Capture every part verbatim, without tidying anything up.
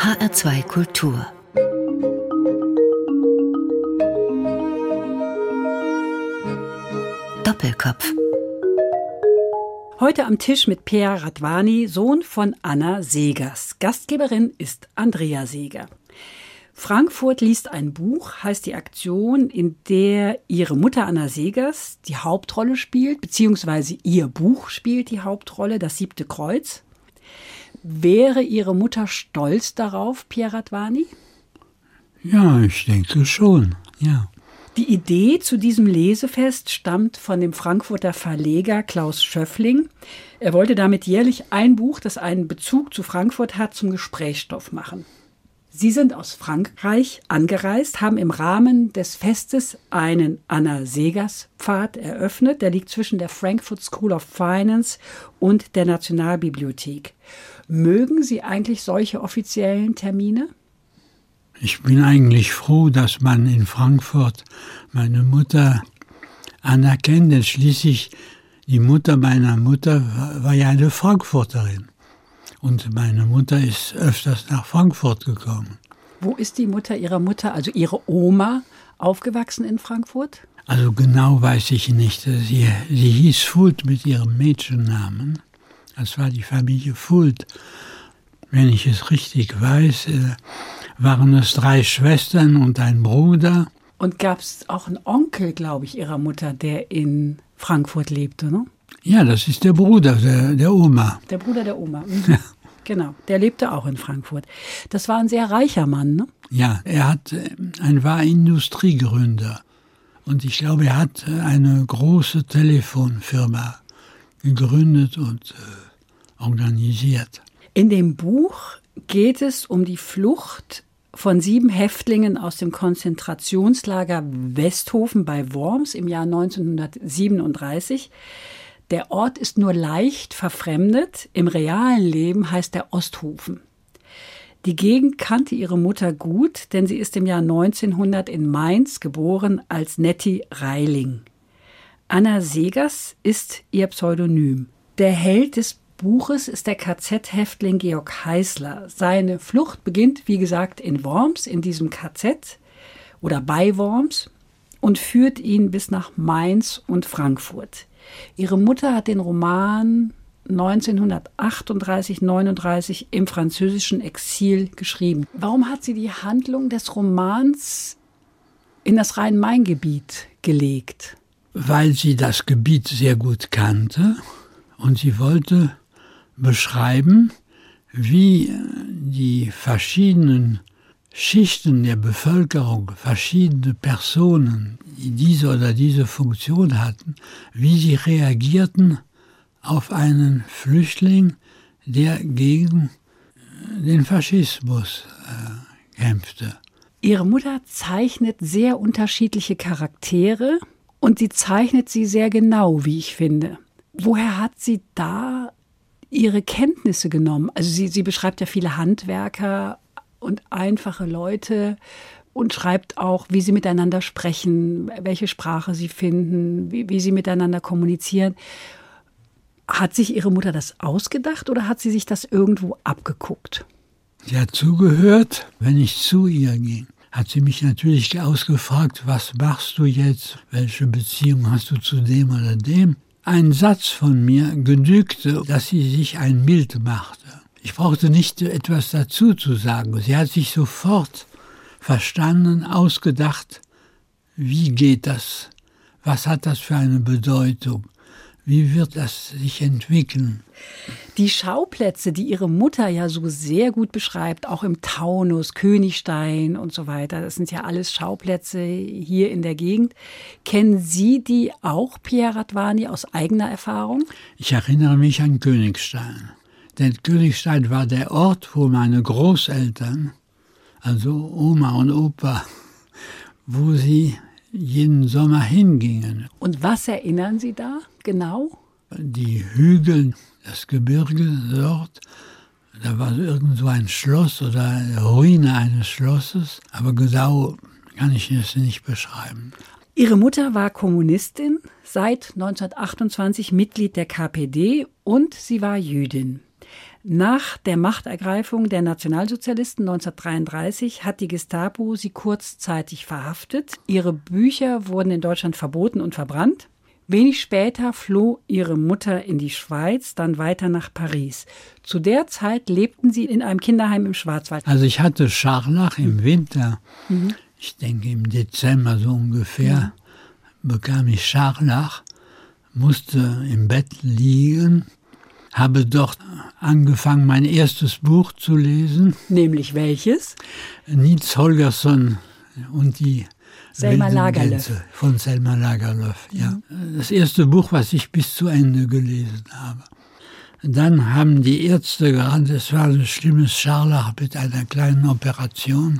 H R zwei Kultur. Doppelkopf. Heute am Tisch mit Pierre Radwany, Sohn von Anna Segers. Gastgeberin ist Andrea Seeger. Frankfurt liest ein Buch, heißt die Aktion, in der ihre Mutter Anna Segers die Hauptrolle spielt, beziehungsweise ihr Buch spielt die Hauptrolle, das siebte Kreuz. Wäre Ihre Mutter stolz darauf, Pierre Radwany? Ja, ich denke schon, ja. Die Idee zu diesem Lesefest stammt von dem Frankfurter Verleger Klaus Schöffling. Er wollte damit jährlich ein Buch, das einen Bezug zu Frankfurt hat, zum Gesprächsstoff machen. Sie sind aus Frankreich angereist, haben im Rahmen des Festes einen Anna-Segers-Pfad eröffnet. Der liegt zwischen der Frankfurt School of Finance und der Nationalbibliothek. Mögen Sie eigentlich solche offiziellen Termine? Ich bin eigentlich froh, dass man in Frankfurt meine Mutter anerkennt. Denn schließlich die Mutter meiner Mutter war ja eine Frankfurterin. Und meine Mutter ist öfters nach Frankfurt gekommen. Wo ist die Mutter Ihrer Mutter, also Ihre Oma, aufgewachsen in Frankfurt? Also genau weiß ich nicht. Sie, sie hieß Fuld mit ihrem Mädchennamen. Das war die Familie Fuld. Wenn ich es richtig weiß, waren es drei Schwestern und ein Bruder. Und gab es auch einen Onkel, glaube ich, Ihrer Mutter, der in Frankfurt lebte, ne? Ja, das ist der Bruder der, der Oma. Der Bruder der Oma, mhm. Ja. Genau, der lebte auch in Frankfurt. Das war ein sehr reicher Mann, ne? Ja, er hat, ein, war Industriegründer. Und ich glaube, er hat eine große Telefonfirma gegründet und äh, organisiert. In dem Buch geht es um die Flucht von sieben Häftlingen aus dem Konzentrationslager Westhofen bei Worms im Jahr neunzehnhundertsiebenunddreißig. Der Ort ist nur leicht verfremdet. Im realen Leben heißt er Osthofen. Die Gegend kannte ihre Mutter gut, denn sie ist im Jahr neunzehnhundert in Mainz geboren als Nettie Reiling. Anna Segers ist ihr Pseudonym. Der Held des Buches ist der K Z-Häftling Georg Heißler. Seine Flucht beginnt, wie gesagt, in Worms, in diesem K Z oder bei Worms und führt ihn bis nach Mainz und Frankfurt. Ihre Mutter hat den Roman neunzehnhundertachtunddreißig neununddreißig im französischen Exil geschrieben. Warum hat sie die Handlung des Romans in das Rhein-Main-Gebiet gelegt? Weil sie das Gebiet sehr gut kannte und sie wollte beschreiben, wie die verschiedenen Schichten der Bevölkerung, verschiedene Personen, die diese oder diese Funktion hatten, wie sie reagierten auf einen Flüchtling, der gegen den Faschismus äh, kämpfte. Ihre Mutter zeichnet sehr unterschiedliche Charaktere und sie zeichnet sie sehr genau, wie ich finde. Woher hat sie da ihre Kenntnisse genommen? Also sie, sie beschreibt ja viele Handwerker und einfache Leute und schreibt auch, wie sie miteinander sprechen, welche Sprache sie finden, wie, wie sie miteinander kommunizieren. Hat sich Ihre Mutter das ausgedacht oder hat sie sich das irgendwo abgeguckt? Sie hat zugehört, wenn ich zu ihr ging. Hat sie mich natürlich ausgefragt, was machst du jetzt, welche Beziehung hast du zu dem oder dem? Ein Satz von mir genügte, dass sie sich ein Bild machte. Ich brauchte nicht etwas dazu zu sagen. Sie hat sich sofort verstanden, ausgedacht, wie geht das? Was hat das für eine Bedeutung? Wie wird das sich entwickeln? Die Schauplätze, die Ihre Mutter ja so sehr gut beschreibt, auch im Taunus, Königstein und so weiter, das sind ja alles Schauplätze hier in der Gegend. Kennen Sie die auch, Pierre Radwany, aus eigener Erfahrung? Ich erinnere mich an Königstein. Denn Königstein war der Ort, wo meine Großeltern, also Oma und Opa, wo sie jeden Sommer hingingen. Und was erinnern Sie da genau? Die Hügel, das Gebirge dort, da war irgend so ein Schloss oder eine Ruine eines Schlosses, aber genau kann ich es nicht beschreiben. Ihre Mutter war Kommunistin, seit neunzehnhundertachtundzwanzig Mitglied der K P D und sie war Jüdin. Nach der Machtergreifung der Nationalsozialisten neunzehnhundertdreiunddreißig hat die Gestapo sie kurzzeitig verhaftet. Ihre Bücher wurden in Deutschland verboten und verbrannt. Wenig später floh ihre Mutter in die Schweiz, dann weiter nach Paris. Zu der Zeit lebten sie in einem Kinderheim im Schwarzwald. Also ich hatte Scharlach im Winter, mhm. ich denke im Dezember so ungefähr, ja. bekam ich Scharlach, musste im Bett liegen, habe dort angefangen, mein erstes Buch zu lesen. Nämlich welches? Nils Holgersson und die Selma Lagerlöf. Von Selma Lagerlöf, ja. Mhm. Das erste Buch, was ich bis zu Ende gelesen habe. Dann haben die Ärzte gerade, es war ein schlimmes Scharlach mit einer kleinen Operation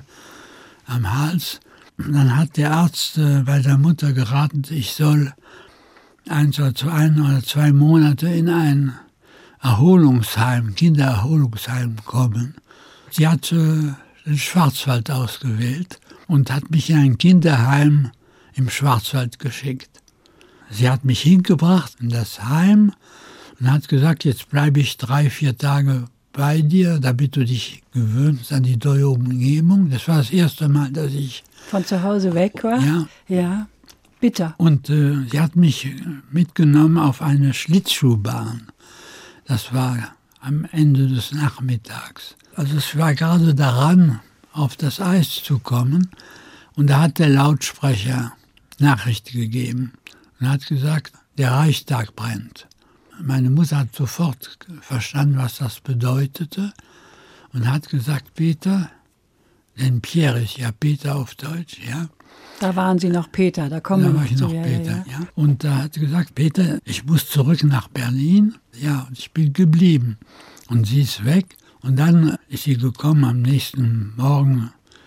am Hals. Dann hat der Arzt äh, bei der Mutter geraten, ich soll eins oder zwei, ein oder zwei Monate in ein Erholungsheim, Kindererholungsheim kommen. Sie hat äh, den Schwarzwald ausgewählt und hat mich in ein Kinderheim im Schwarzwald geschickt. Sie hat mich hingebracht in das Heim und hat gesagt, jetzt bleibe ich drei, vier Tage bei dir, damit du dich gewöhnst an die neue Umgebung. Das war das erste Mal, dass ich von zu Hause weg war? Ja. Ja, bitter. Und äh, sie hat mich mitgenommen auf eine Schlittschuhbahn. Das war am Ende des Nachmittags. Also es war gerade daran, auf das Eis zu kommen. Und da hat der Lautsprecher Nachricht gegeben und hat gesagt, der Reichstag brennt. Meine Mutter hat sofort verstanden, was das bedeutete und hat gesagt, Peter, denn Pierre ist ja Peter auf Deutsch, ja. Da waren Sie noch Peter, da kommen da wir war ich zu, noch ja, Peter, ja, ja. Und da hat sie gesagt, Peter, ich muss zurück nach Berlin. Ja, und ich bin geblieben. Und sie ist weg. Und dann ist sie gekommen am nächsten Morgen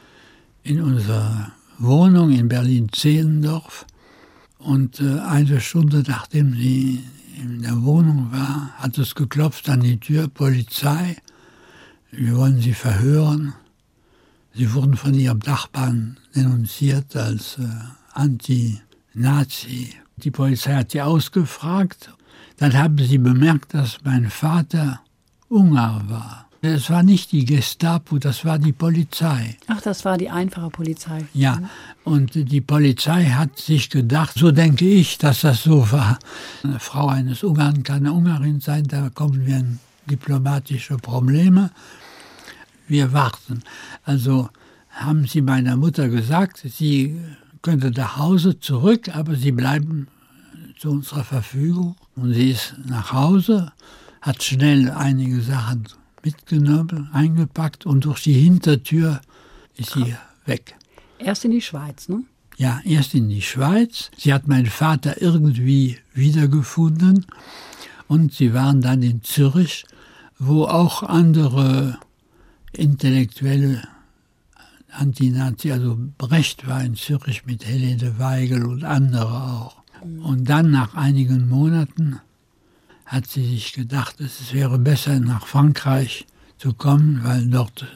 in unsere Wohnung in Berlin-Zehlendorf. Und äh, eine Stunde nachdem sie in der Wohnung war, hat es geklopft an die Tür, Polizei, wir wollen Sie verhören. Sie wurden von ihrem Nachbarn denunziert als äh, Anti-Nazi. Die Polizei hat sie ausgefragt. Dann haben sie bemerkt, dass mein Vater Ungar war. Es war nicht die Gestapo, das war die Polizei. Ach, das war die einfache Polizei. Ja, und die Polizei hat sich gedacht, so denke ich, dass das so war. Eine Frau eines Ungarn kann eine Ungarin sein, da kommen wir in diplomatische Probleme. Wir warten. Also haben sie meiner Mutter gesagt, sie könnte nach Hause zurück, aber sie bleiben zu unserer Verfügung. Und sie ist nach Hause, hat schnell einige Sachen mitgenommen, eingepackt und durch die Hintertür ist sie weg. Erst in die Schweiz, ne? Ja, erst in die Schweiz. Sie hat meinen Vater irgendwie wiedergefunden und sie waren dann in Zürich, wo auch andere Intellektuelle Antinazi, also Brecht war in Zürich mit Helene Weigel und andere auch. Und dann nach einigen Monaten hat sie sich gedacht, es wäre besser nach Frankreich zu kommen, weil dort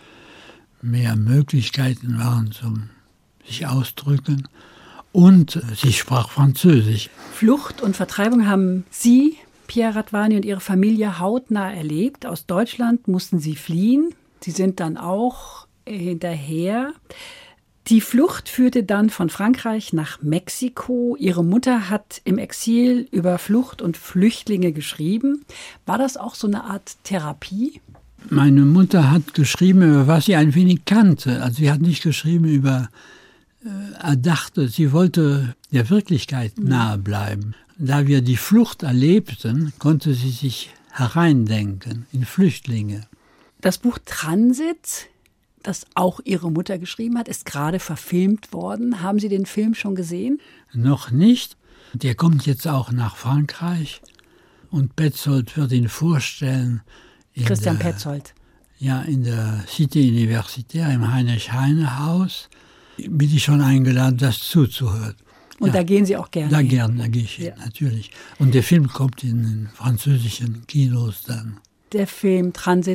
mehr Möglichkeiten waren zum sich ausdrücken. Und sie sprach Französisch. Flucht und Vertreibung haben Sie, Pierre Radwany, und Ihre Familie hautnah erlebt. Aus Deutschland mussten Sie fliehen. Sie sind dann auch hinterher. Die Flucht führte dann von Frankreich nach Mexiko. Ihre Mutter hat im Exil über Flucht und Flüchtlinge geschrieben. War das auch so eine Art Therapie? Meine Mutter hat geschrieben, über was sie ein wenig kannte. Also sie hat nicht geschrieben über äh, Erdachte. Sie wollte der Wirklichkeit nahe bleiben. Da wir die Flucht erlebten, konnte sie sich hereindenken in Flüchtlinge. Das Buch Transit, das auch Ihre Mutter geschrieben hat, ist gerade verfilmt worden. Haben Sie den Film schon gesehen? Noch nicht. Der kommt jetzt auch nach Frankreich. Und Petzold wird ihn vorstellen. Christian der, Petzold. Ja, in der Cité Universitaire im Heinrich-Heine-Haus. Bin ich schon eingeladen, das zuzuhören. Und ja, da gehen Sie auch gerne Da hin. gerne, da gehe ich hin, ja. natürlich. Und der Film kommt in den französischen Kinos dann. Der Film Transit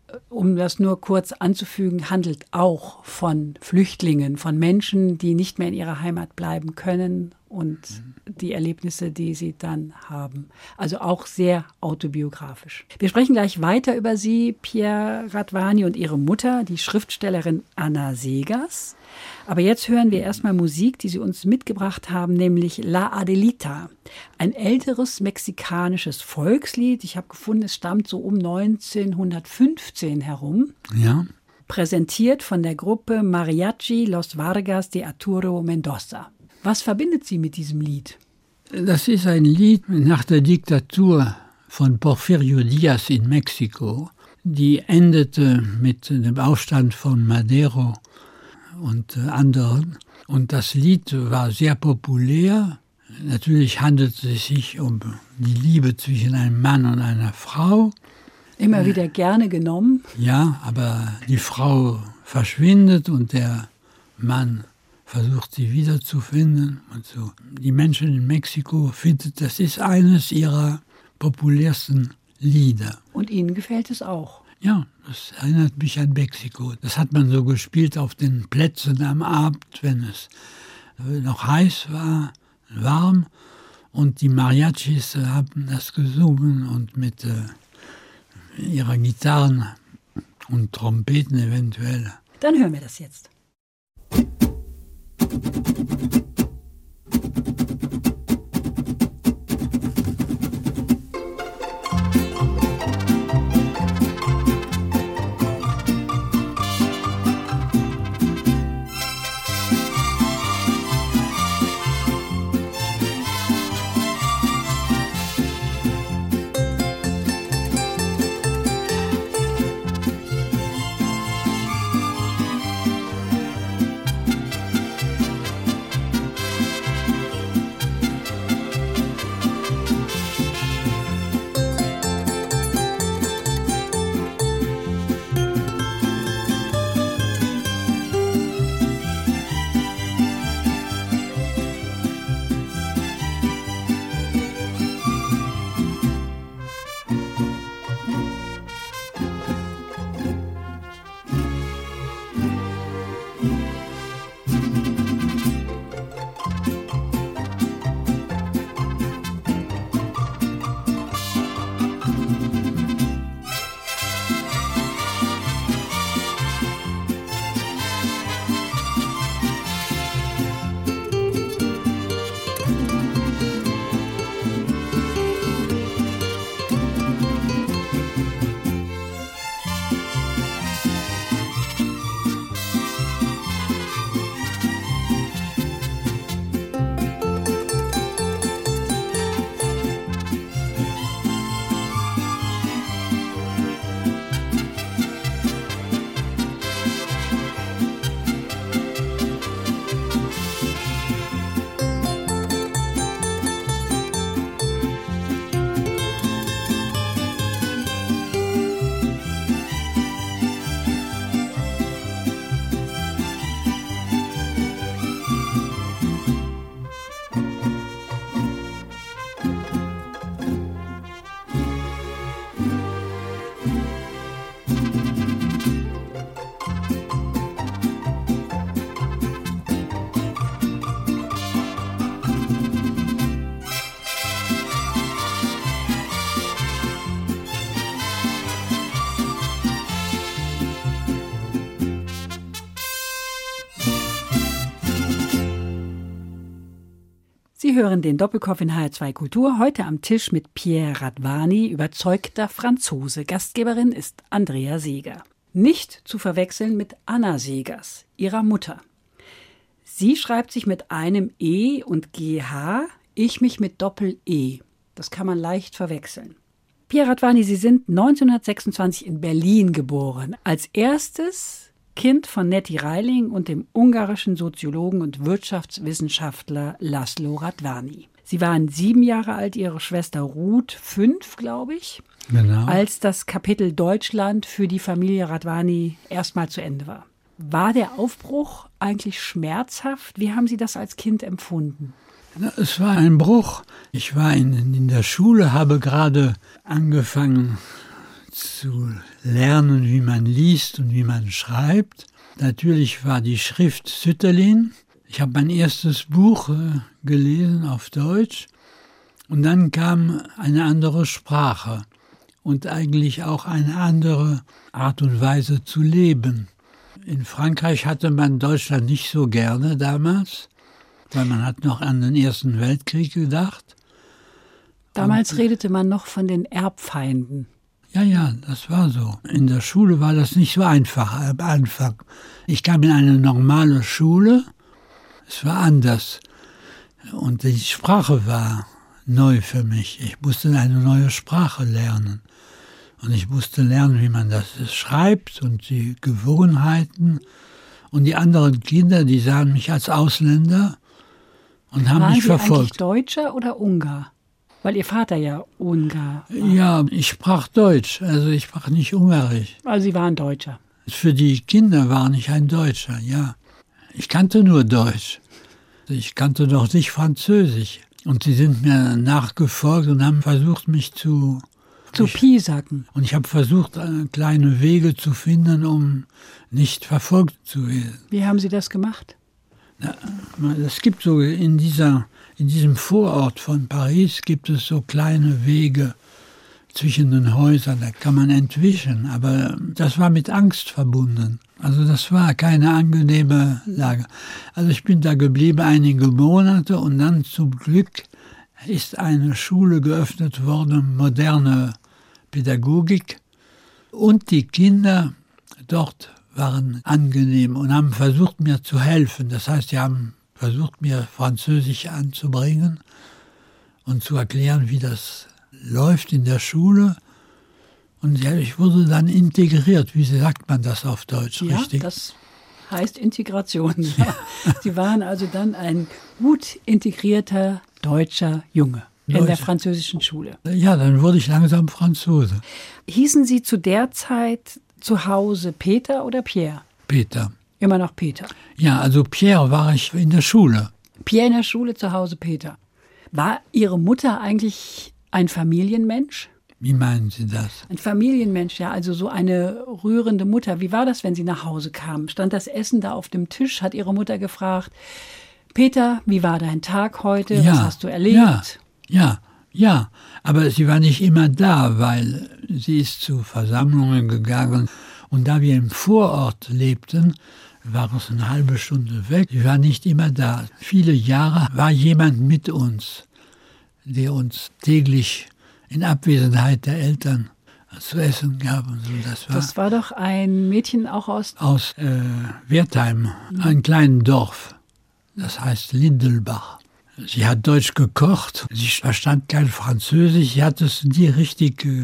um das nur kurz anzufügen, handelt auch von Flüchtlingen, von Menschen, die nicht mehr in ihrer Heimat bleiben können und die Erlebnisse, die sie dann haben. Also auch sehr autobiografisch. Wir sprechen gleich weiter über sie, Pierre Radvani, und ihre Mutter, die Schriftstellerin Anna Seghers. Aber jetzt hören wir erstmal Musik, die sie uns mitgebracht haben, nämlich La Adelita, ein älteres mexikanisches Volkslied. Ich habe gefunden, es stammt so um neunzehnhundertfünfzehn herum. Ja. Präsentiert von der Gruppe Mariachi Los Vargas de Arturo Mendoza. Was verbindet sie mit diesem Lied? Das ist ein Lied nach der Diktatur von Porfirio Díaz in Mexiko. Die endete mit dem Aufstand von Madero und anderen. Und das Lied war sehr populär. Natürlich handelt es sich um die Liebe zwischen einem Mann und einer Frau. Immer wieder gerne genommen. Ja, aber die Frau verschwindet und der Mann versucht sie wiederzufinden und so. Die Menschen in Mexiko finden, das ist eines ihrer populärsten Lieder. Und Ihnen gefällt es auch? Ja, das erinnert mich an Mexiko. Das hat man so gespielt auf den Plätzen am Abend, wenn es noch heiß war, warm. Und die Mariachis haben das gesungen und mit äh, ihrer Gitarren und Trompeten eventuell. Dann hören wir das jetzt. Sie hören den Doppelkopf in H R zwei Kultur, heute am Tisch mit Pierre Radvani, überzeugter Franzose. Gastgeberin ist Andrea Seeger. Nicht zu verwechseln mit Anna Seghers, ihrer Mutter. Sie schreibt sich mit einem E und G H, ich mich mit Doppel-E. Das kann man leicht verwechseln. Pierre Radvani, Sie sind neunzehnhundertsechsundzwanzig in Berlin geboren. Als erstes Kind von Netti Reiling und dem ungarischen Soziologen und Wirtschaftswissenschaftler Laszlo Radvani. Sie waren sieben Jahre alt, ihre Schwester Ruth fünf, glaube ich, genau, als das Kapitel Deutschland für die Familie Radvani erstmal zu Ende war. War der Aufbruch eigentlich schmerzhaft? Wie haben Sie das als Kind empfunden? Es war ein Bruch. Ich war in, in der Schule, habe gerade angefangen zu lernen, wie man liest und wie man schreibt. Natürlich war die Schrift Sütterlin. Ich habe mein erstes Buch äh, gelesen auf Deutsch und dann kam eine andere Sprache und eigentlich auch eine andere Art und Weise zu leben. In Frankreich hatte man Deutschland nicht so gerne damals, weil man hat noch an den Ersten Weltkrieg gedacht. Damals und, redete man noch von den Erbfeinden. Ja, ja, das war so. In der Schule war das nicht so einfach am Anfang. Ich kam in eine normale Schule, es war anders. Und die Sprache war neu für mich. Ich musste eine neue Sprache lernen. Und ich musste lernen, wie man das schreibt und die Gewohnheiten. Und die anderen Kinder, die sahen mich als Ausländer und haben Waren mich Sie verfolgt. eigentlich Deutscher oder Ungar? Weil Ihr Vater ja Ungar war. Ja, ich sprach Deutsch, also ich sprach nicht Ungarisch. Also Sie waren Deutscher. Für die Kinder war ich ein Deutscher, ja. Ich kannte nur Deutsch. Ich kannte noch nicht Französisch. Und sie sind mir nachgefolgt und haben versucht, mich zu... Zu mich, piesacken. Und ich habe versucht, kleine Wege zu finden, um nicht verfolgt zu werden. Wie haben Sie das gemacht? Es gibt so in, dieser, in diesem Vorort von Paris gibt es so kleine Wege zwischen den Häusern, da kann man entwischen, aber das war mit Angst verbunden. Also das war keine angenehme Lage. Also ich bin da geblieben einige Monate und dann zum Glück ist eine Schule geöffnet worden, moderne Pädagogik, und die Kinder dort waren angenehm und haben versucht, mir zu helfen. Das heißt, sie haben versucht, mir Französisch anzubringen und zu erklären, wie das läuft in der Schule. Und ja, ich wurde dann integriert. Wie sagt man das auf Deutsch, ja, richtig? Das heißt Integration. Ja. Sie waren also dann ein gut integrierter deutscher Junge in Deutsche. der französischen Schule. Ja, dann wurde ich langsam Franzose. Hießen Sie zu der Zeit zu Hause Peter oder Pierre? Peter. Immer noch Peter. Ja, also Pierre war ich in der Schule. Pierre in der Schule, zu Hause Peter. War Ihre Mutter eigentlich ein Familienmensch? Wie meinen Sie das? Ein Familienmensch, ja, also so eine rührende Mutter. Wie war das, wenn Sie nach Hause kamen? Stand das Essen da auf dem Tisch? Hat Ihre Mutter gefragt, Peter, wie war dein Tag heute? Ja, was hast du erlebt? Ja, ja, ja. Aber sie war nicht immer da, weil sie ist zu Versammlungen gegangen. Und da wir im Vorort lebten, war es eine halbe Stunde weg. Sie war nicht immer da. Viele Jahre war jemand mit uns, der uns täglich in Abwesenheit der Eltern zu essen gab. Und so. Das war, das war doch ein Mädchen auch aus... Aus äh, Wertheim, mhm. einem kleinen Dorf. Das heißt Lindelbach. Sie hat Deutsch gekocht. Sie verstand kein Französisch. Sie hat es nie richtig äh,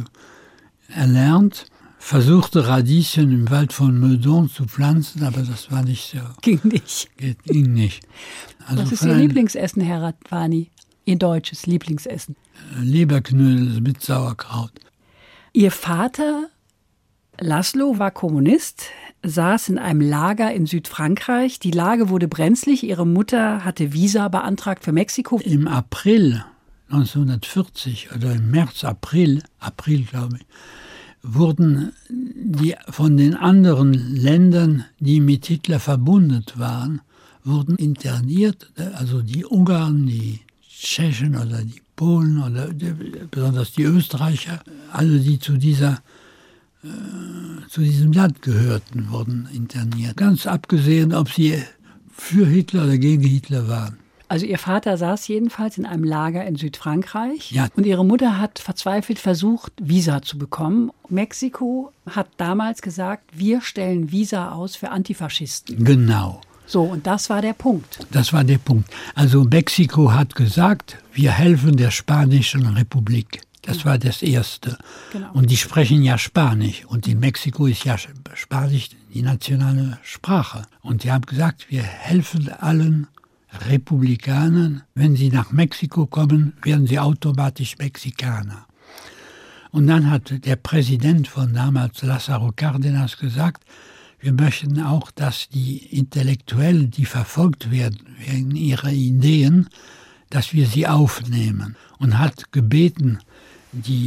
erlernt. Versuchte Radieschen im Wald von Meudon zu pflanzen, aber das war nicht so. Ging nicht. Ging nicht. Also was ist Ihr Lieblingsessen, Herr Radvani? Ihr deutsches Lieblingsessen? Leberknödel mit Sauerkraut. Ihr Vater, Laszlo, war Kommunist, saß in einem Lager in Südfrankreich. Die Lage wurde brenzlig. Ihre Mutter hatte Visa beantragt für Mexiko. Im April neunzehnhundertvierzig oder im März, April, April glaube ich, wurden die von den anderen Ländern, die mit Hitler verbunden waren, wurden interniert. Also die Ungarn, die Tschechen oder die Polen oder die, besonders die Österreicher, alle, die zu dieser äh, zu diesem Land gehörten, wurden interniert. Ganz abgesehen, ob sie für Hitler oder gegen Hitler waren. Also Ihr Vater saß jedenfalls in einem Lager in Südfrankreich, ja. Und Ihre Mutter hat verzweifelt versucht, Visa zu bekommen. Mexiko hat damals gesagt, wir stellen Visa aus für Antifaschisten. Genau. So, und das war der Punkt. Das war der Punkt. Also Mexiko hat gesagt, wir helfen der Spanischen Republik. Das genau. war das Erste. Genau. Und die sprechen ja Spanisch. Und in Mexiko ist ja Spanisch die nationale Sprache. Und die haben gesagt, wir helfen allen Republikanern. Wenn sie nach Mexiko kommen, werden sie automatisch Mexikaner. Und dann hat der Präsident von damals, Lázaro Cárdenas, gesagt, wir möchten auch, dass die Intellektuellen, die verfolgt werden wegen ihrer Ideen, dass wir sie aufnehmen. Und hat gebeten, die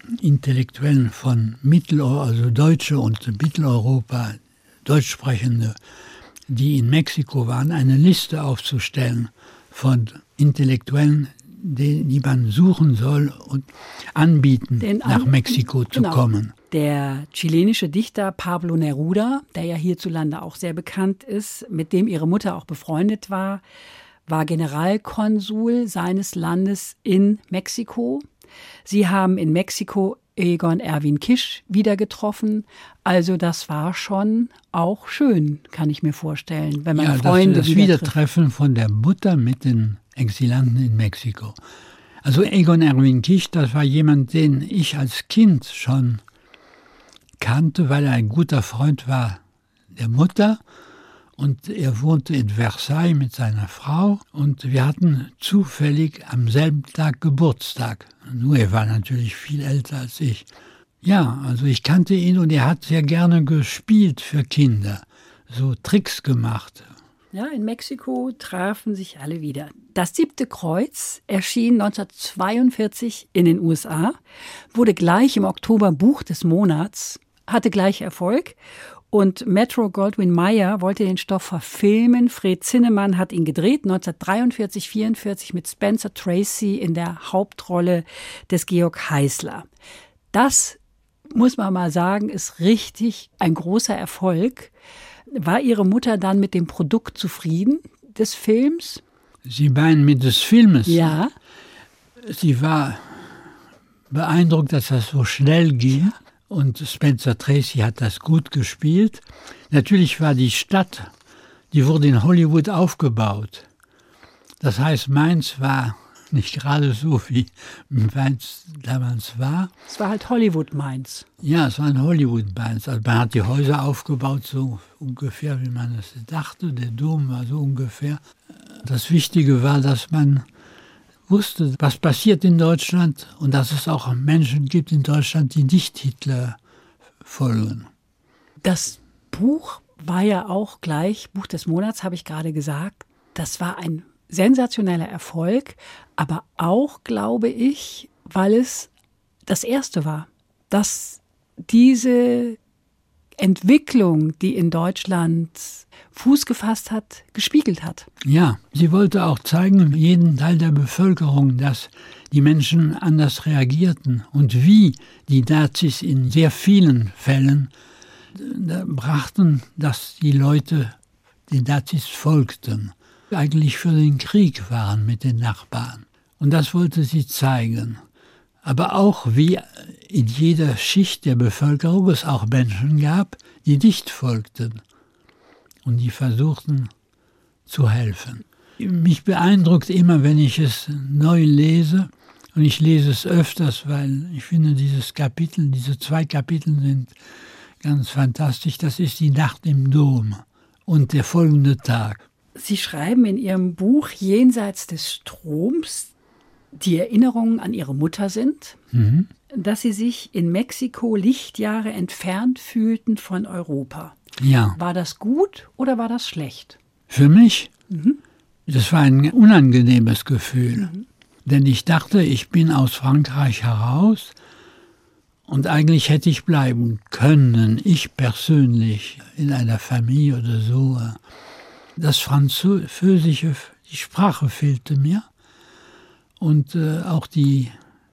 Intellektuellen von Mitteleuropa, also Deutsche und Mitteleuropa, Deutschsprechende, die in Mexiko waren, eine Liste aufzustellen von Intellektuellen, die, die man suchen soll und anbieten, Den nach an, Mexiko zu genau. kommen. Der chilenische Dichter Pablo Neruda, der ja hierzulande auch sehr bekannt ist, mit dem ihre Mutter auch befreundet war, war Generalkonsul seines Landes in Mexiko. Sie haben in Mexiko Egon Erwin Kisch wieder getroffen. Also das war schon auch schön, kann ich mir vorstellen, wenn man ja, Freunde das, das Wiedertreffen von der Mutter mit den Exilanten in Mexiko. Also Egon Erwin Kisch, das war jemand, den ich als Kind schon kannte, weil er ein guter Freund war der Mutter. Und er wohnte in Versailles mit seiner Frau und wir hatten zufällig am selben Tag Geburtstag. Nur er war natürlich viel älter als ich. Ja, also ich kannte ihn und er hat sehr gerne gespielt für Kinder, so Tricks gemacht. Ja, in Mexiko trafen sich alle wieder. Das siebte Kreuz erschien neunzehnhundertzweiundvierzig in den U S A, wurde gleich im Oktober Buch des Monats, hatte gleich Erfolg. Und Metro-Goldwyn-Mayer wollte den Stoff verfilmen. Fred Zinnemann hat ihn gedreht, neunzehnhundertdreiundvierzig, vierundvierzig mit Spencer Tracy in der Hauptrolle des Georg Heißler. Das, muss man mal sagen, ist richtig ein großer Erfolg. War Ihre Mutter dann mit dem Produkt zufrieden des Films? Sie meinen mit des Filmes? Ja. Sie war beeindruckt, dass das so schnell ging. Und Spencer Tracy hat das gut gespielt. Natürlich war die Stadt, die wurde in Hollywood aufgebaut. Das heißt, Mainz war nicht gerade so, wie Mainz damals war. Es war halt Hollywood-Mainz. Ja, es war ein Hollywood-Mainz. Also man hat die Häuser aufgebaut, so ungefähr, wie man es dachte. Der Dom war so ungefähr. Das Wichtige war, dass man wusste, was passiert in Deutschland und dass es auch Menschen gibt in Deutschland, die nicht Hitler folgen. Das Buch war ja auch gleich, Buch des Monats, habe ich gerade gesagt, das war ein sensationeller Erfolg, aber auch, glaube ich, weil es das erste war, dass diese Entwicklung, die in Deutschland Fuß gefasst hat, gespiegelt hat. Ja, sie wollte auch zeigen, jeden Teil der Bevölkerung, dass die Menschen anders reagierten und wie die Nazis in sehr vielen Fällen brachten, dass die Leute den Nazis folgten, eigentlich für den Krieg waren mit den Nachbarn. Und das wollte sie zeigen. Aber auch, wie in jeder Schicht der Bevölkerung es auch Menschen gab, die nicht folgten und die versuchten zu helfen. Mich beeindruckt immer, wenn ich es neu lese, und ich lese es öfters, weil ich finde, dieses Kapitel, diese zwei Kapitel sind ganz fantastisch. Das ist die Nacht im Dom und der folgende Tag. Sie schreiben in Ihrem Buch Jenseits des Stroms, die Erinnerungen an Ihre Mutter sind, mhm. dass Sie sich in Mexiko Lichtjahre entfernt fühlten von Europa. Ja. War das gut oder war das schlecht? Für mich? Mhm. Das war ein unangenehmes Gefühl. Mhm. Denn ich dachte, ich bin aus Frankreich heraus und eigentlich hätte ich bleiben können, ich persönlich, in einer Familie oder so. Das Französische, die Sprache fehlte mir. Und äh, auch die,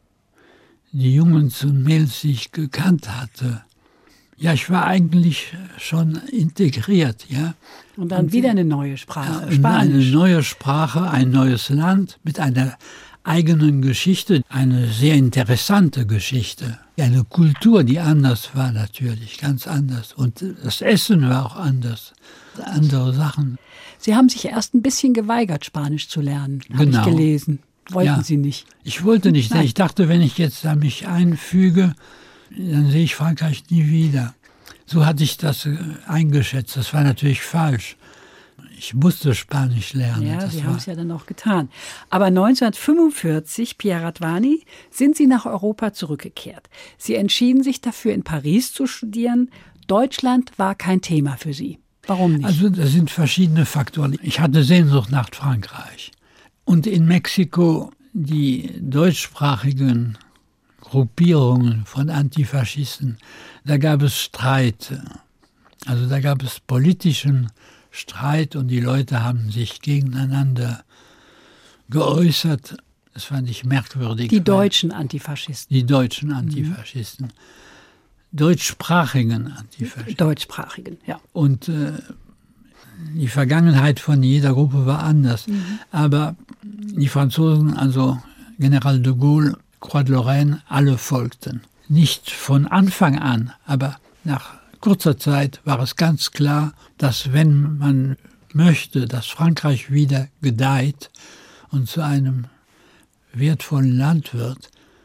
die Jungs und Mädels, die ich gekannt hatte. Ja, ich war eigentlich schon integriert, ja. Und dann und, wieder eine neue Sprache, äh, Spanisch. Eine neue Sprache, ein neues Land mit einer eigenen Geschichte, eine sehr interessante Geschichte. Eine Kultur, die anders war natürlich, ganz anders. Und das Essen war auch anders, andere Sachen. Sie haben sich erst ein bisschen geweigert, Spanisch zu lernen, habe genau. ich gelesen. Wollten ja. Sie nicht? Ich wollte nicht. Nein. Ich dachte, wenn ich jetzt da mich einfüge, dann sehe ich Frankreich nie wieder. So hatte ich das eingeschätzt. Das war natürlich falsch. Ich musste Spanisch lernen. Ja, das Sie haben es ja dann auch getan. Aber neunzehnhundertfünfundvierzig, Pierre Radwany, sind Sie nach Europa zurückgekehrt. Sie entschieden sich dafür, in Paris zu studieren. Deutschland war kein Thema für Sie. Warum nicht? Also das sind verschiedene Faktoren. Ich hatte Sehnsucht nach Frankreich. Und in Mexiko, die deutschsprachigen Gruppierungen von Antifaschisten, da gab es Streit. Also da gab es politischen Streit und die Leute haben sich gegeneinander geäußert. Das fand ich merkwürdig. Die deutschen Antifaschisten. Die deutschen Antifaschisten. Mhm. Deutschsprachigen Antifaschisten. Deutschsprachigen, ja. Und äh, die Vergangenheit von jeder Gruppe war anders. Mhm. Aber die Franzosen, also General de Gaulle, Croix de Lorraine, alle folgten. Nicht von Anfang an, aber nach kurzer Zeit war es ganz klar, dass wenn man möchte, dass Frankreich wieder gedeiht und zu einem wertvollen Land wird,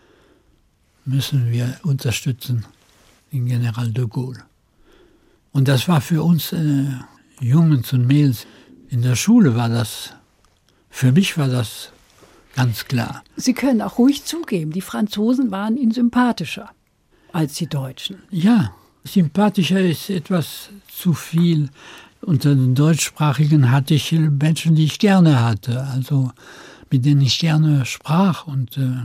müssen wir unterstützen den General de Gaulle. Und das war für uns äh, Jungs und Mädels in der Schule, war das, für mich war das ganz klar. Sie können auch ruhig zugeben, die Franzosen waren Ihnen sympathischer als die Deutschen. Ja, sympathischer ist etwas zu viel. Unter den Deutschsprachigen hatte ich Menschen, die ich gerne hatte, also mit denen ich gerne sprach und äh,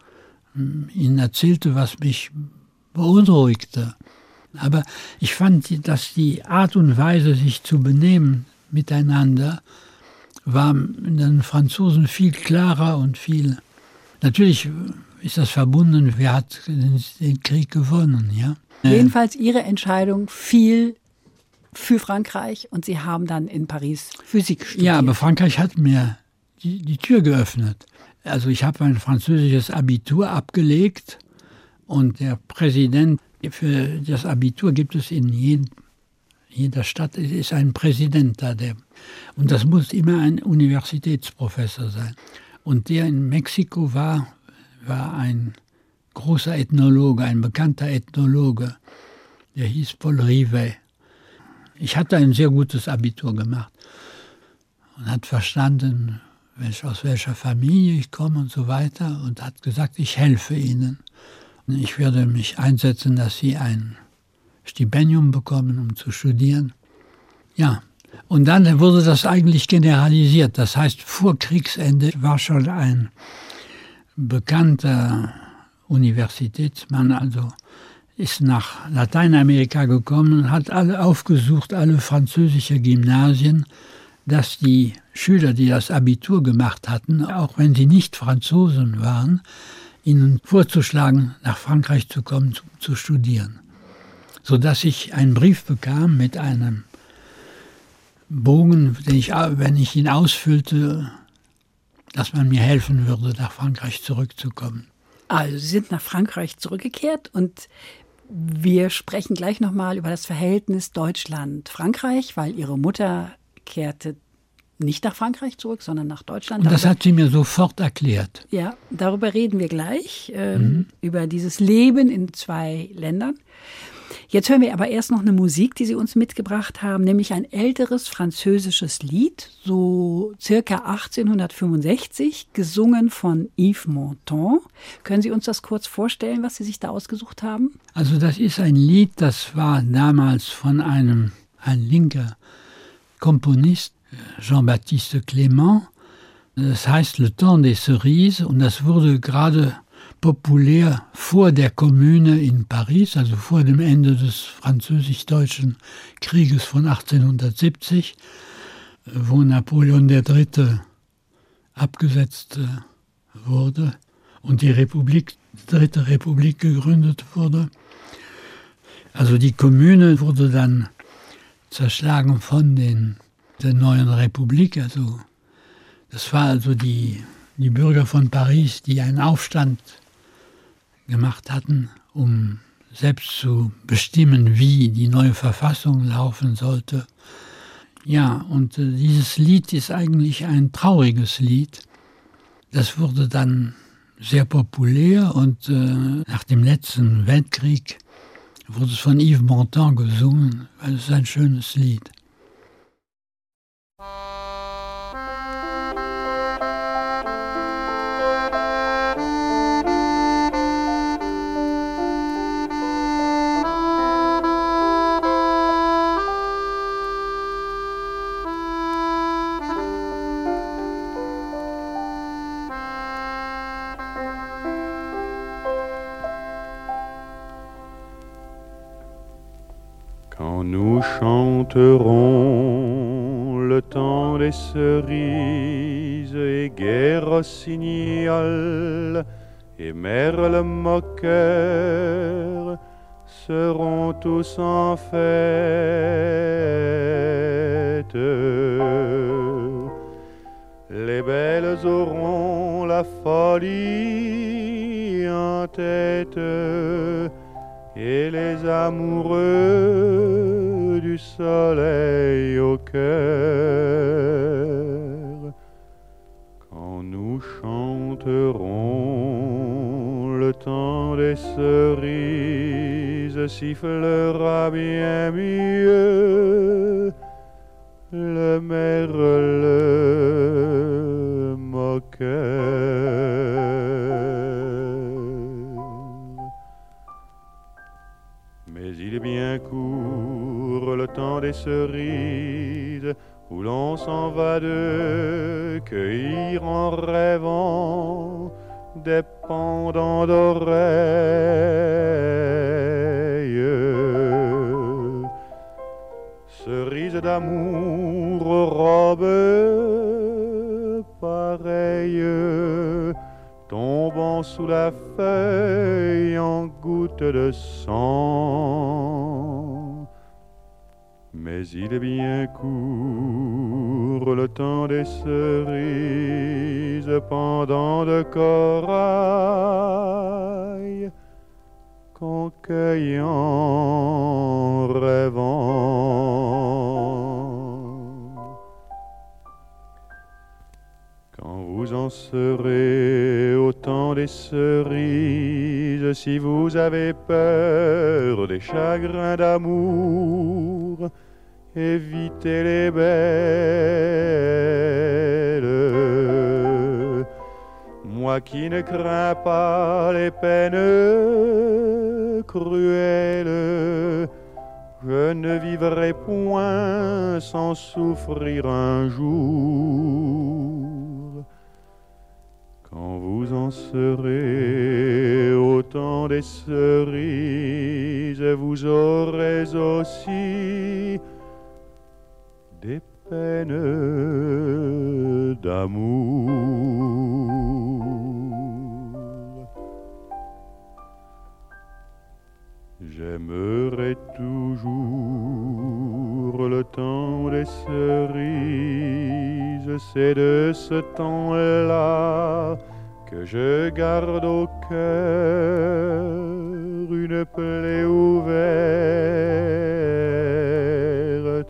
ihnen erzählte, was mich beunruhigte. Aber ich fand, dass die Art und Weise, sich zu benehmen miteinander, war in den Franzosen viel klarer und viel... Natürlich ist das verbunden, wer hat den, den Krieg gewonnen, ja. Jedenfalls Ihre Entscheidung fiel für Frankreich und Sie haben dann in Paris Physik studiert. Ja, aber Frankreich hat mir die, die Tür geöffnet. Also ich habe ein französisches Abitur abgelegt und der Präsident für das Abitur gibt es in jedem, jeder Stadt ist ein Präsident da. Der, und das muss immer ein Universitätsprofessor sein. Und der in Mexiko war, war ein großer Ethnologe, ein bekannter Ethnologe. Der hieß Paul Rivet. Ich hatte ein sehr gutes Abitur gemacht und hat verstanden, welch, aus welcher Familie ich komme und so weiter und hat gesagt, ich helfe Ihnen. Ich werde mich einsetzen, dass Sie ein Stipendium bekommen, um zu studieren. Ja, und dann wurde das eigentlich generalisiert. Das heißt, vor Kriegsende war schon ein bekannter Universitätsmann, also ist nach Lateinamerika gekommen und hat alle aufgesucht, alle französische Gymnasien, dass die Schüler, die das Abitur gemacht hatten, auch wenn sie nicht Franzosen waren, ihnen vorzuschlagen, nach Frankreich zu kommen, zu, zu studieren. Sodass ich einen Brief bekam mit einem Bogen, den ich, wenn ich ihn ausfüllte, dass man mir helfen würde, nach Frankreich zurückzukommen. Also Sie sind nach Frankreich zurückgekehrt und wir sprechen gleich nochmal über das Verhältnis Deutschland-Frankreich, weil Ihre Mutter kehrte nicht nach Frankreich zurück, sondern nach Deutschland. Und das darüber, hat sie mir sofort erklärt. Ja, darüber reden wir gleich, ähm, mhm. über dieses Leben in zwei Ländern. Jetzt hören wir aber erst noch eine Musik, die Sie uns mitgebracht haben, nämlich ein älteres französisches Lied, so circa achtzehnhundertfünfundsechzig, gesungen von Yves Montand. Können Sie uns das kurz vorstellen, was Sie sich da ausgesucht haben? Also das ist ein Lied, das war damals von einem ein linker Komponist, Jean-Baptiste Clément. Das heißt Le Temps des Cerises und das wurde gerade populär vor der Kommune in Paris, also vor dem Ende des französisch-deutschen Krieges von achtzehnhundertsiebzig, wo Napoleon der Dritte abgesetzt wurde und die Republik, die Dritte Republik gegründet wurde. Also die Kommune wurde dann zerschlagen von den, der neuen Republik. Also das war also die, die Bürger von Paris, die einen Aufstand gemacht hatten, um selbst zu bestimmen, wie die neue Verfassung laufen sollte. Ja, und äh, dieses Lied ist eigentlich ein trauriges Lied. Das wurde dann sehr populär und äh, nach dem letzten Weltkrieg wurde es von Yves Montand gesungen, weil es ein schönes Lied. nous chanterons le temps des cerises et gai rossignol et merle moqueur seront tous en fête. Les belles auront la folie en tête et les amoureux du soleil au cœur. Quand nous chanterons le temps des cerises, sifflera bien mieux le merle moqueur. Mais il est bien court le temps des cerises, où l'on s'en va de cueillir en rêvant des pendants d'oreilles. Cerises d'amour aux robes pareilles, tombant sous la feuille en gouttes de sang. Mais il est bien court le temps des cerises, pendant de corail qu'on cueille en rêvant. Quand vous en serez au temps des cerises, si vous avez peur des chagrins d'amour, évitez les belles. Moi qui ne crains pas les peines cruelles, je ne vivrai point sans souffrir un jour. Quand vous en serez au temps des cerises, vous aurez aussi des peines d'amour. J'aimerai toujours le temps des cerises, c'est de ce temps-là que je garde au cœur une plaie ouverte.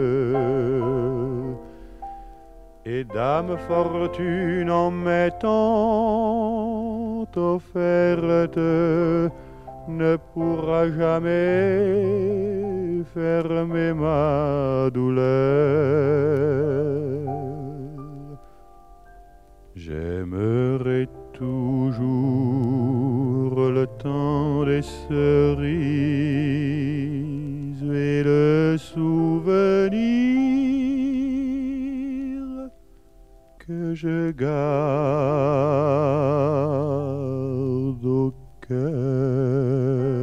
Et Dame Fortune en m'étant offerte ne pourra jamais fermer ma douleur. J'aimerai toujours le temps des cerises et le souvenir que je garde au cœur.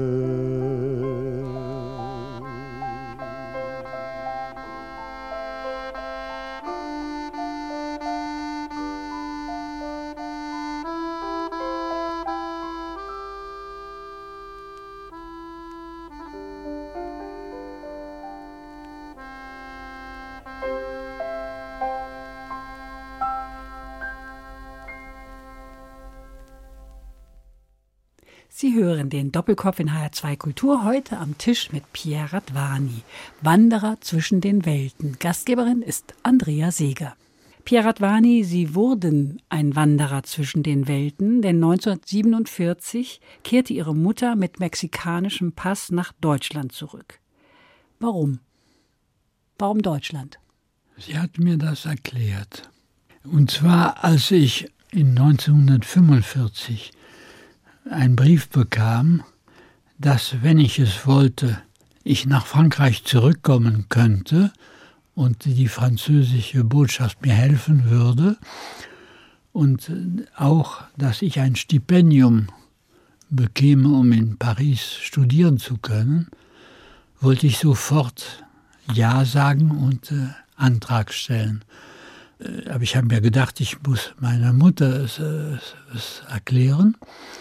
Sie hören den Doppelkopf in H R zwei Kultur, heute am Tisch mit Pierre Radvani, Wanderer zwischen den Welten. Gastgeberin ist Andrea Seeger. Pierre Radvani, Sie wurden ein Wanderer zwischen den Welten, denn neunzehnhundertsiebenundvierzig kehrte Ihre Mutter mit mexikanischem Pass nach Deutschland zurück. Warum? Warum Deutschland? Sie hat mir das erklärt. Und zwar, als ich in neunzehnhundertfünfundvierzig einen Brief bekam, dass, wenn ich es wollte, ich nach Frankreich zurückkommen könnte und die französische Botschaft mir helfen würde und auch, dass ich ein Stipendium bekäme, um in Paris studieren zu können. wollte ich sofort Ja sagen und äh, Antrag stellen. Äh, aber ich habe mir gedacht, ich muss meiner Mutter es, es, es erklären.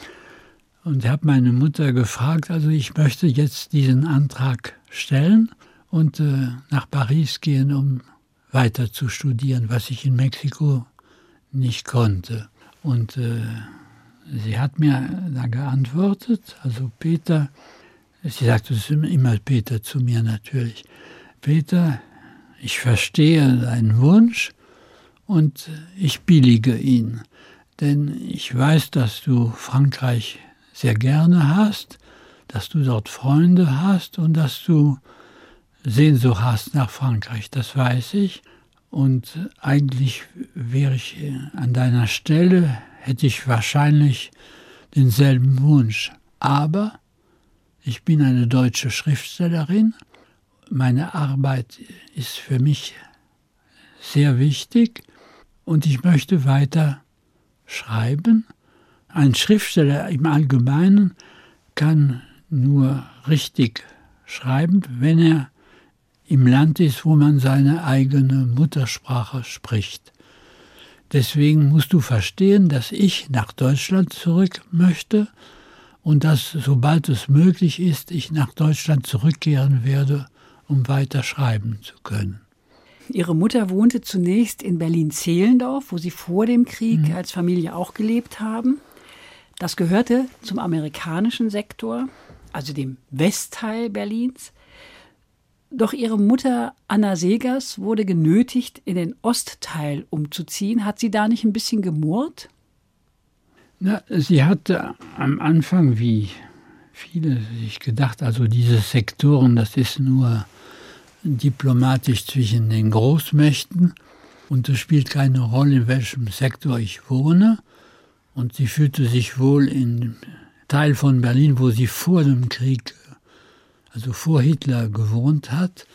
Und habe meine Mutter gefragt, also ich möchte jetzt diesen Antrag stellen und äh, nach Paris gehen, um weiter zu studieren, was ich in Mexiko nicht konnte. Und äh, sie hat mir da geantwortet, also Peter, sie sagte es immer Peter zu mir natürlich, Peter, ich verstehe deinen Wunsch und ich billige ihn, denn ich weiß, dass du Frankreich sehr gerne hast, dass du dort Freunde hast und dass du Sehnsucht hast nach Frankreich, das weiß ich. Und eigentlich wäre ich an deiner Stelle, hätte ich wahrscheinlich denselben Wunsch. Aber ich bin eine deutsche Schriftstellerin. Meine Arbeit ist für mich sehr wichtig und ich möchte weiter schreiben. Ein Schriftsteller im Allgemeinen kann nur richtig schreiben, wenn er im Land ist, wo man seine eigene Muttersprache spricht. Deswegen musst du verstehen, dass ich nach Deutschland zurück möchte und dass, sobald es möglich ist, ich nach Deutschland zurückkehren werde, um weiter schreiben zu können. Ihre Mutter wohnte zunächst in Berlin-Zehlendorf, wo Sie vor dem Krieg mhm. als Familie auch gelebt haben. Das gehörte zum amerikanischen Sektor, also dem Westteil Berlins. Doch ihre Mutter Anna Seghers wurde genötigt, in den Ostteil umzuziehen. Hat sie da nicht ein bisschen gemurrt? Na, sie hatte am Anfang, wie viele sich gedacht, also diese Sektoren, das ist nur diplomatisch zwischen den Großmächten und es spielt keine Rolle, in welchem Sektor ich wohne. Und sie fühlte sich wohl in dem Teil von Berlin, wo sie vor dem Krieg, also vor Hitler, gewohnt hat.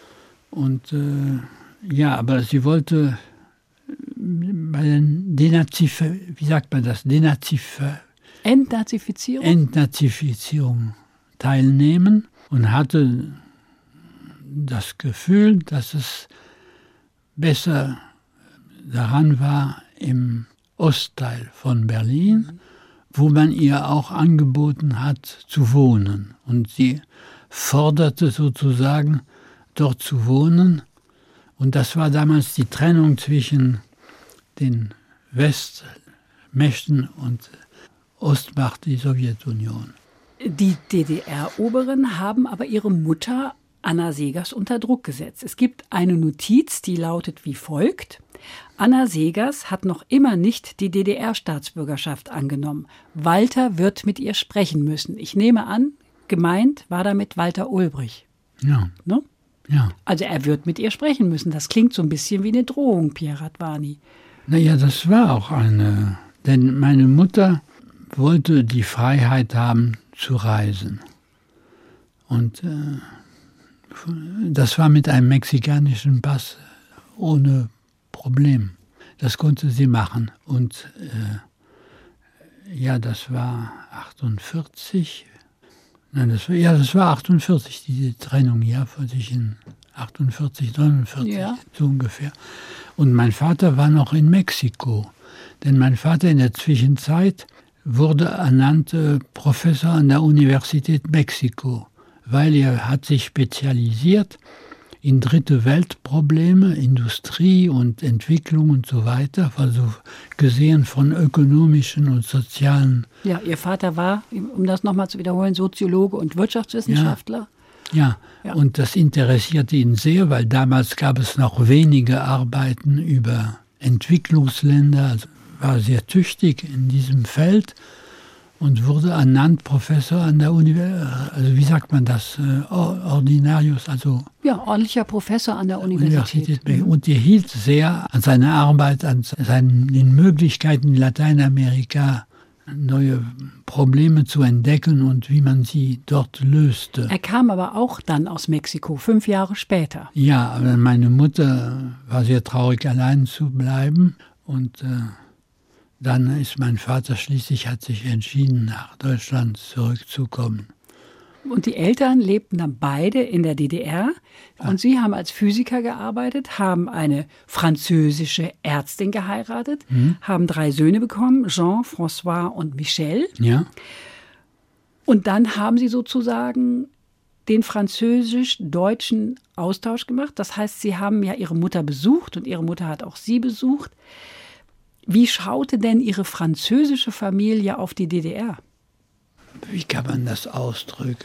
Und äh, ja, aber sie wollte bei den Denazif, wie sagt man das, Denazif, Entnazifizierung? Entnazifizierung teilnehmen und hatte das Gefühl, dass es besser daran war im Ostteil von Berlin, wo man ihr auch angeboten hat zu wohnen. Und sie forderte sozusagen, dort zu wohnen. Und das war damals die Trennung zwischen den Westmächten und Ostmacht, die Sowjetunion. Die D D R-Oberen haben aber ihre Mutter Anna Seghers unter Druck gesetzt. Es gibt eine Notiz, die lautet wie folgt: Anna Seghers hat noch immer nicht die D D R-Staatsbürgerschaft angenommen. Walter wird mit ihr sprechen müssen. Ich nehme an, gemeint war damit Walter Ulbricht. Ja. Ne? Ja. Also er wird mit ihr sprechen müssen. Das klingt so ein bisschen wie eine Drohung, Pierre Radwany. Naja, das war auch eine, denn meine Mutter wollte die Freiheit haben zu reisen. Und äh, das war mit einem mexikanischen Pass ohne Problem. Das konnte sie machen. Und äh, ja, das war achtundvierzig. Nein, das war, ja, das war achtundvierzig, diese Trennung, ja, zwischen achtundvierzig, neunundvierzig, ja. So ungefähr. Und mein Vater war noch in Mexiko. Denn mein Vater in der Zwischenzeit wurde ernannt äh, Professor an der Universität Mexiko, weil er hat sich spezialisiert in dritte Weltprobleme, Industrie und Entwicklung und so weiter, also gesehen von ökonomischen und sozialen. Ja, Ihr Vater war, um das nochmal zu wiederholen, Soziologe und Wirtschaftswissenschaftler. Ja, ja, und das interessierte ihn sehr, weil damals gab es noch wenige Arbeiten über Entwicklungsländer, also war sehr tüchtig in diesem Feld und wurde ernannt Professor an der Universität, also wie sagt man das, Ordinarius, also... Ja, ordentlicher Professor an der Universität. Universität. Und er hielt sehr an seiner Arbeit, an seinen den Möglichkeiten in Lateinamerika, neue Probleme zu entdecken und wie man sie dort löste. Er kam aber auch dann aus Mexiko, fünf Jahre später. Ja, aber meine Mutter war sehr traurig, allein zu bleiben und... Äh, Dann ist mein Vater schließlich, hat sich entschieden, nach Deutschland zurückzukommen. Und die Eltern lebten dann beide in der D D R. Und ah. sie haben als Physiker gearbeitet, haben eine französische Ärztin geheiratet, mhm. haben drei Söhne bekommen, Jean, François und Michel. Ja. Und dann haben sie sozusagen den französisch-deutschen Austausch gemacht. Das heißt, sie haben ja ihre Mutter besucht und ihre Mutter hat auch sie besucht. Wie schaute denn ihre französische Familie auf die D D R? Wie kann man das ausdrücken?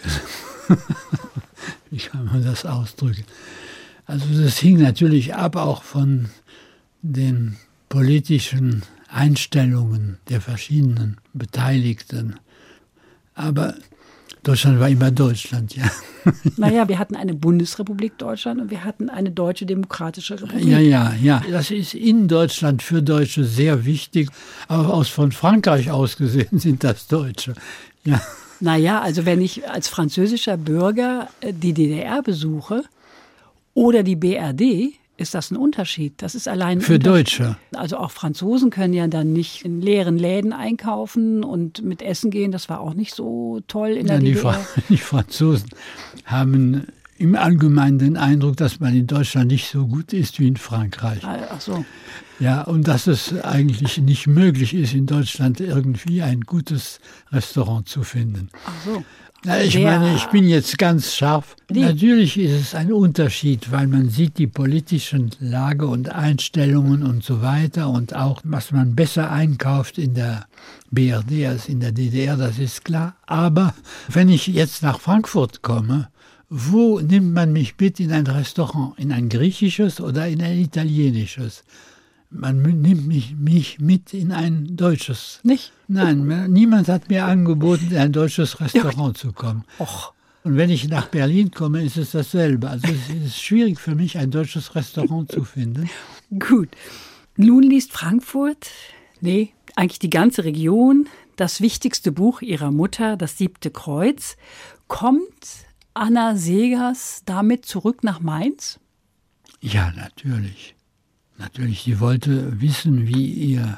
Wie kann man das ausdrücken? Also das hing natürlich ab auch von den politischen Einstellungen der verschiedenen Beteiligten. Aber Deutschland war immer Deutschland, ja. Naja, wir hatten eine Bundesrepublik Deutschland und wir hatten eine deutsche demokratische Republik. Ja, ja, ja. Das ist in Deutschland für Deutsche sehr wichtig. Aber aus von Frankreich aus gesehen sind das Deutsche. Ja. Naja, also wenn ich als französischer Bürger die D D R besuche oder die B R D, ist das ein Unterschied. Das ist allein für Deutsche. Also auch Franzosen können ja dann nicht in leeren Läden einkaufen und mit Essen gehen. Das war auch nicht so toll in der ja, D D R. Die, Fra die Franzosen haben im Allgemeinen den Eindruck, dass man in Deutschland nicht so gut ist wie in Frankreich. Ach so. Ja, und dass es eigentlich nicht möglich ist, in Deutschland irgendwie ein gutes Restaurant zu finden. Ach so. Na, ich Der, meine, ich bin jetzt ganz scharf. Nee. Natürlich ist es ein Unterschied, weil man sieht die politischen Lage und Einstellungen und so weiter und auch, was man besser einkauft in der B R D als in der D D R, das ist klar. Aber wenn ich jetzt nach Frankfurt komme, wo nimmt man mich mit in ein Restaurant? In ein griechisches oder in ein italienisches? Man nimmt mich, mich mit in ein deutsches. Nicht? Nein, niemand hat mir angeboten, in ein deutsches Restaurant ja. zu kommen. Och. Und wenn ich nach Berlin komme, ist es dasselbe. Also es ist schwierig für mich, ein deutsches Restaurant zu finden. Gut. Nun liest Frankfurt, nee, eigentlich die ganze Region, das wichtigste Buch ihrer Mutter, Das siebte Kreuz. Kommt Anna Seghers damit zurück nach Mainz? Ja, natürlich. Natürlich, sie wollte wissen, wie ihr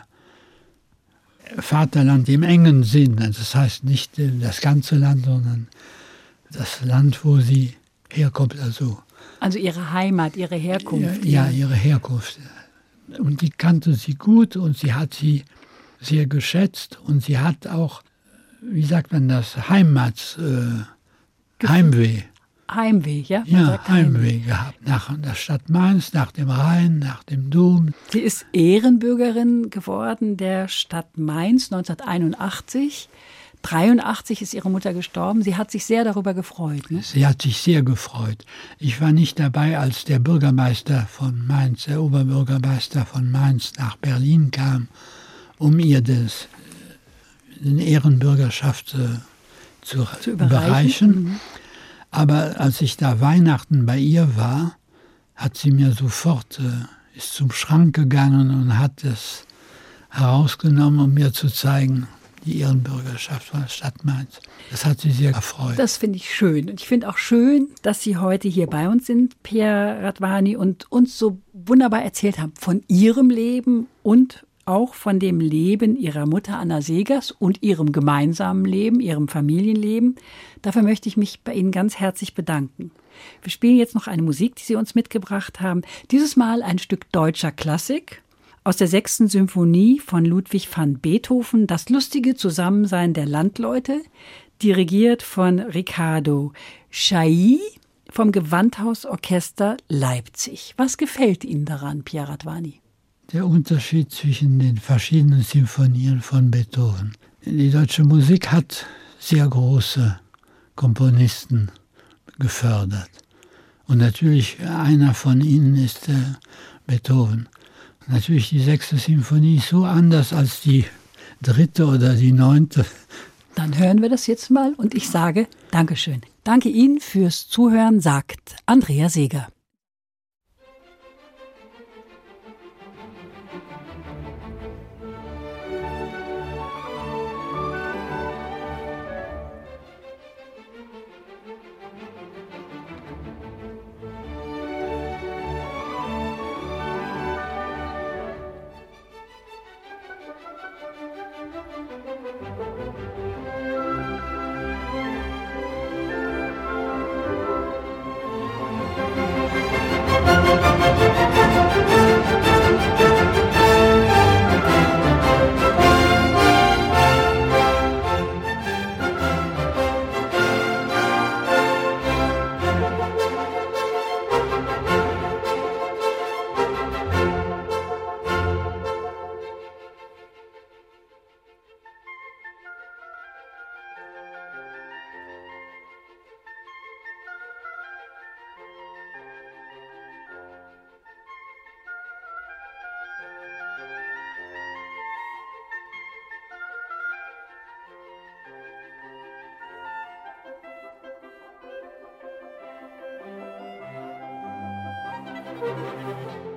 Vaterland im engen Sinn, also das heißt nicht das ganze Land, sondern das Land, wo sie herkommt. Also, also ihre Heimat, ihre Herkunft. Ja, ja, ihre Herkunft. Und die kannte sie gut und sie hat sie sehr geschätzt und sie hat auch, wie sagt man das, Heimats, äh, Heimweh. Heimweh, ja? Man ja, Heimweh, Heimweh gehabt. Nach der Stadt Mainz, nach dem Rhein, nach dem Dom. Sie ist Ehrenbürgerin geworden der Stadt Mainz neunzehnhunderteinundachtzig. dreiundachtzig ist ihre Mutter gestorben. Sie hat sich sehr darüber gefreut. Ne? Sie hat sich sehr gefreut. Ich war nicht dabei, als der Bürgermeister von Mainz, der Oberbürgermeister von Mainz nach Berlin kam, um ihr das, den Ehrenbürgerschaft äh, zu, zu überreichen. überreichen. Mhm. Aber als ich da Weihnachten bei ihr war, hat sie mir sofort, äh, ist zum Schrank gegangen und hat es herausgenommen, um mir zu zeigen, die Ehrenbürgerschaft von der Stadt Mainz. Das hat sie sehr erfreut. Das finde ich schön. Und ich finde auch schön, dass Sie heute hier bei uns sind, Pierre Radwany, und uns so wunderbar erzählt haben von Ihrem Leben und auch von dem Leben Ihrer Mutter Anna Seghers und Ihrem gemeinsamen Leben, Ihrem Familienleben. Dafür möchte ich mich bei Ihnen ganz herzlich bedanken. Wir spielen jetzt noch eine Musik, die Sie uns mitgebracht haben. Dieses Mal ein Stück deutscher Klassik aus der sechsten Symphonie von Ludwig van Beethoven, Das lustige Zusammensein der Landleute, dirigiert von Riccardo Chailly vom Gewandhausorchester Leipzig. Was gefällt Ihnen daran, Pierre Radwany? Der Unterschied zwischen den verschiedenen Symphonien von Beethoven. Die deutsche Musik hat sehr große Komponisten gefördert. Und natürlich einer von ihnen ist äh, Beethoven. Natürlich die sechste Symphonie ist so anders als die dritte oder die neunte. Dann hören wir das jetzt mal und ich sage Dankeschön. Danke Ihnen fürs Zuhören, sagt Andrea Seeger. Musik